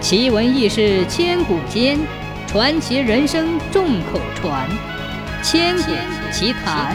奇闻异事千古间，传奇人生众口传。千古奇谈。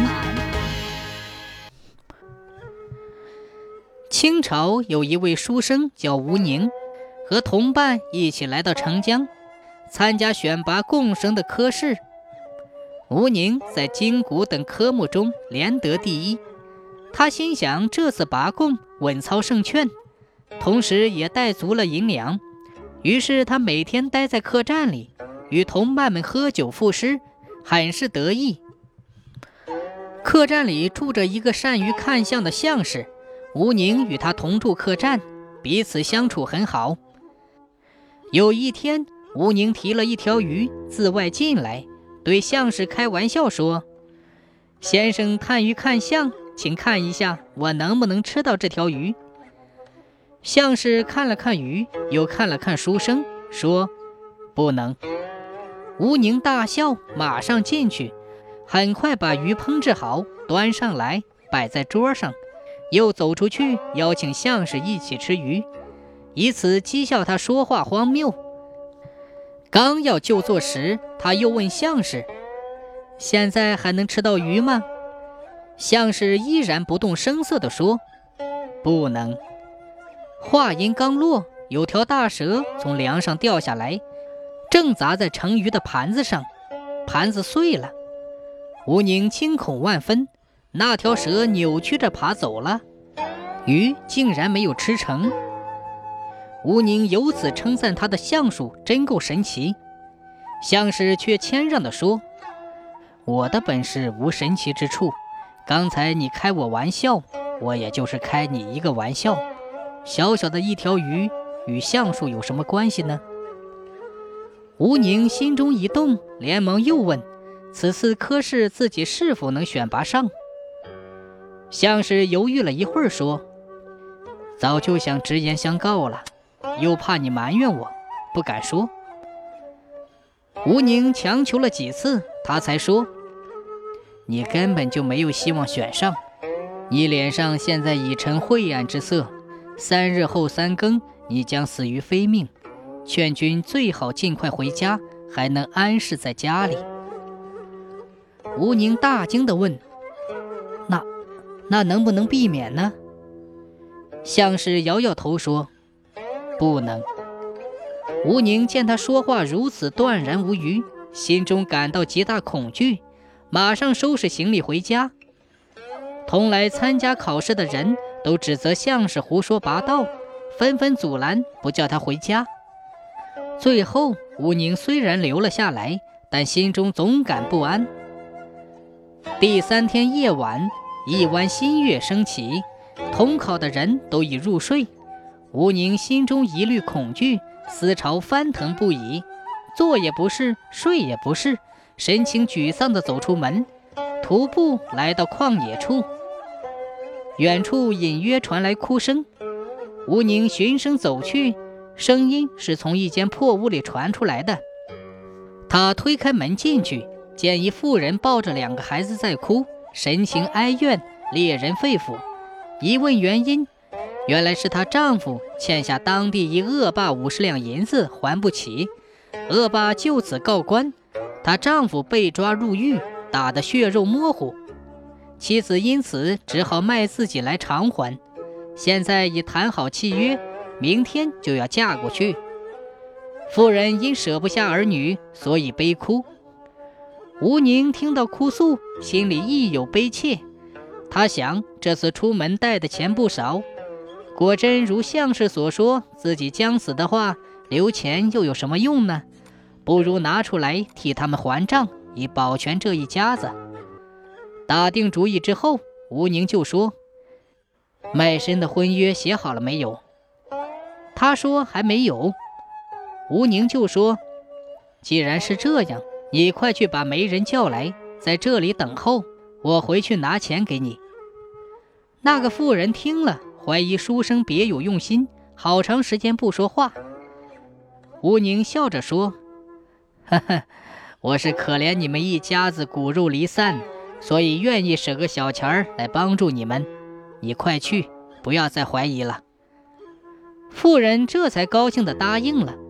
清朝有一位书生叫吴宁，和同伴一起来到澄江，参加选拔贡生的科试。吴宁在经古等科目中连得第一，他心想这次拔贡稳操胜券，同时也带足了银两。于是他每天待在客栈里，与同伴们喝酒赋诗，很是得意。客栈里住着一个善于看相的相士，吴宁与他同住客栈，彼此相处很好。有一天，吴宁提了一条鱼自外进来，对相士开玩笑说：“先生探鱼看相，请看一下我能不能吃到这条鱼。”相士看了看鱼，又看了看书生，说：“不能。”吴宁大笑，马上进去，很快把鱼烹制好，端上来摆在桌上，又走出去邀请相士一起吃鱼，以此讥笑他说话荒谬。刚要就坐时，他又问相士：“现在还能吃到鱼吗？”相士依然不动声色地说：“不能。”话音刚落，有条大蛇从梁上掉下来，正砸在盛鱼的盘子上，盘子碎了。吴宁惊恐万分，那条蛇扭曲着爬走了，鱼竟然没有吃成。吴宁由此称赞他的相术真够神奇，相士却谦让地说：“我的本事无神奇之处，刚才你开我玩笑，我也就是开你一个玩笑。小小的一条鱼与相术有什么关系呢？”吴宁心中一动，连忙又问：“此次科试自己是否能选拔上？”相士犹豫了一会儿说：“早就想直言相告了，又怕你埋怨我，不敢说。”吴宁强求了几次，他才说：“你根本就没有希望选上，你脸上现在已呈晦暗之色，3日后3更，你将死于非命。劝君最好尽快回家，还能安适在家里。”吴宁大惊地问：“那能不能避免呢？”相士摇摇头说：“不能。”吴宁见他说话如此断然无余，心中感到极大恐惧，马上收拾行李回家。同来参加考试的人都指责相士胡说八道，纷纷阻拦，不叫他回家。最后吴宁虽然留了下来，但心中总感不安。第3天夜晚，一弯新月升起，统考的人都已入睡，吴宁心中疑虑恐惧，思潮翻腾不已，坐也不是，睡也不是，神情沮丧地走出门，徒步来到旷野处。远处隐约传来哭声，吴宁循声走去，声音是从一间破屋里传出来的。他推开门进去，见一妇人抱着2个孩子在哭，神情哀怨，猎人肺腑。一问原因，原来是她丈夫欠下当地一恶霸50两银子还不起，恶霸就此告官，她丈夫被抓入狱，打得血肉模糊，妻子因此只好卖自己来偿还，现在已谈好契约，明天就要嫁过去。妇人因舍不下儿女，所以悲哭。吴宁听到哭诉，心里亦有悲切。他想，这次出门带的钱不少，果真如相士所说，自己将死的话，留钱又有什么用呢？不如拿出来替他们还账，以保全这一家子。打定主意之后，吴宁就说：“卖身的婚约写好了没有？”他说还没有。吴宁就说：“既然是这样，你快去把媒人叫来，在这里等候，我回去拿钱给你。”那个妇人听了，怀疑书生别有用心，好长时间不说话。吴宁笑着说：“呵呵，我是可怜你们一家子骨肉离散，所以愿意舍个小钱来帮助你们。你快去，不要再怀疑了。”妇人这才高兴地答应了。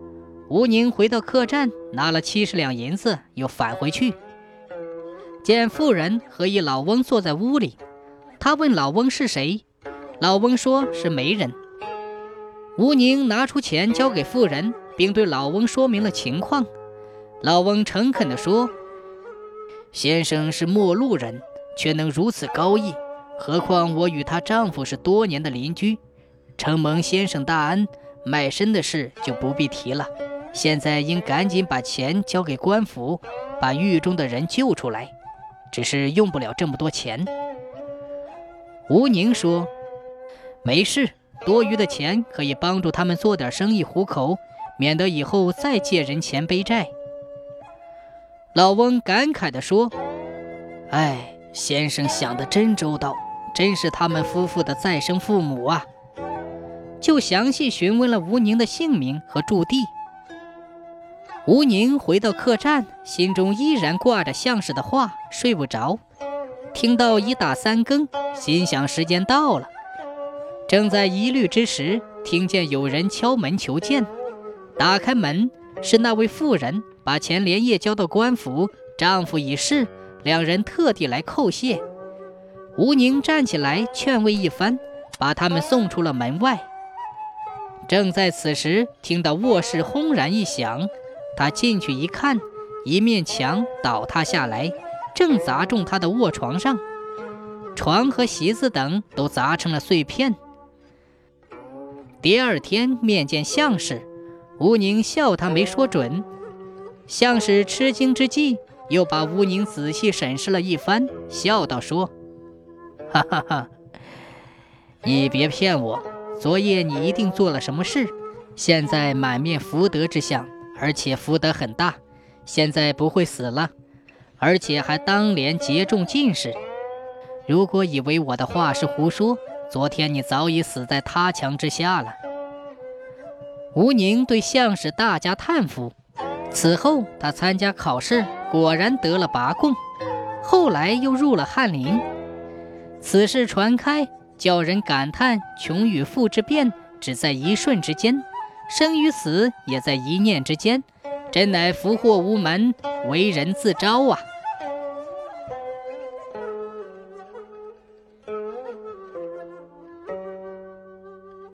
吴宁回到客栈，拿了70两银子，又返回去，见妇人和一老翁坐在屋里。他问老翁是谁，老翁说是媒人。吴宁拿出钱交给妇人，并对老翁说明了情况。老翁诚恳地说：先生是陌路人，却能如此高义，何况我与她丈夫是多年的邻居，承蒙先生大恩，卖身的事就不必提了。现在应赶紧把钱交给官府，把狱中的人救出来，只是用不了这么多钱。吴宁说：没事，多余的钱可以帮助他们做点生意糊口，免得以后再借人钱背债。老翁感慨地说：哎，先生想得真周到，真是他们夫妇的再生父母啊。就详细询问了吴宁的姓名和住地。吴宁回到客栈，心中依然挂着相士的话，睡不着。听到已打3更，心想时间到了。正在疑虑之时，听见有人敲门求见。打开门，是那位妇人，把钱连夜交到官府，丈夫已逝，两人特地来叩谢。吴宁站起来劝慰一番，把他们送出了门外。正在此时，听到卧室轰然一响，他进去一看，一面墙倒塌下来，正砸中他的卧床上，床和席子等都砸成了碎片。第二天面见相士，吴宁笑他没说准。相士吃惊之际，又把吴宁仔细审视了一番，笑道说：哈哈哈，你别骗我，昨夜你一定做了什么事，现在满面福德之相，而且福德很大，现在不会死了，而且还当连结中进士。如果以为我的话是胡说，昨天你早已死在他墙之下了。吴宁对相士大加叹服，此后他参加考试，果然得了拔贡，后来又入了翰林。此事传开，叫人感叹穷与富之变只在一瞬之间，生与死也在一念之间，真乃福祸无门，为人自招啊。